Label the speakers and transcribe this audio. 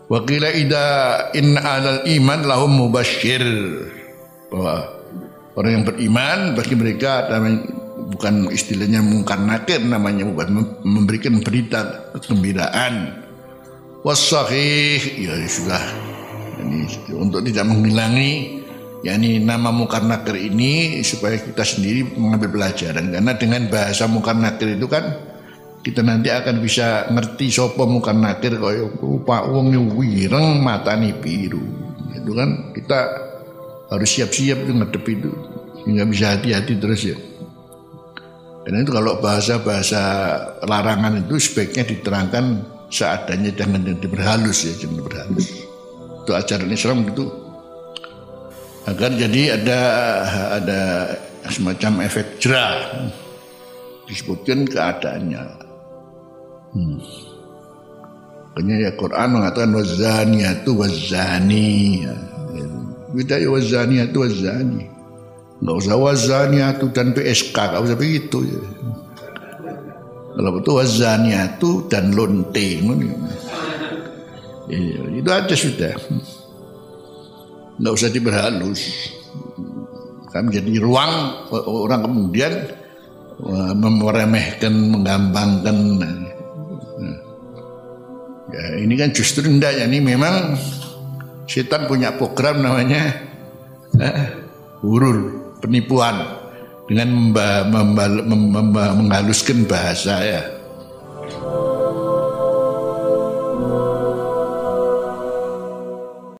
Speaker 1: Wa qila inna alal iman lahum mubasyir, bahwa orang yang beriman bagi mereka bukan istilahnya mungkar nakir, namanya bukan memberikan berita kegembiraan. Was-sahih, ya sudah, ini untuk tidak menghilangi yakni nama mungkar nakir ini, supaya kita sendiri mengambil pelajaran, karena dengan bahasa mungkar nakir itu kan kita nanti akan bisa ngerti sapa mungkar nakir kaya rupa wong wireng matane biru. Itu kan kita harus siap-siap ngadep itu, sehingga bisa hati-hati terus ya. Dan itu kalau bahasa-bahasa larangan itu sebaiknya diterangkan seadanya, jangan diperhalus ya, jangan berhalus. Itu ajaran Islam gitu. Agar jadi ada semacam efek jerah, disebutkan keadaannya. Makanya ya Quran mengatakan wazaniyatu wazani. Beda ya wazaniyatu wazani. Enggak usah wazaniyatu dan PSK, enggak usah begitu ya. Kalau betul wazaniyatu dan lonte. Itu aja sudah. Enggak usah diperhalus. Kan jadi ruang orang kemudian meremehkan, menggampangkan. Ya, ini kan justru enggak, ya, ini memang setan punya program namanya hurur, penipuan dengan menghaluskan bahasa ya.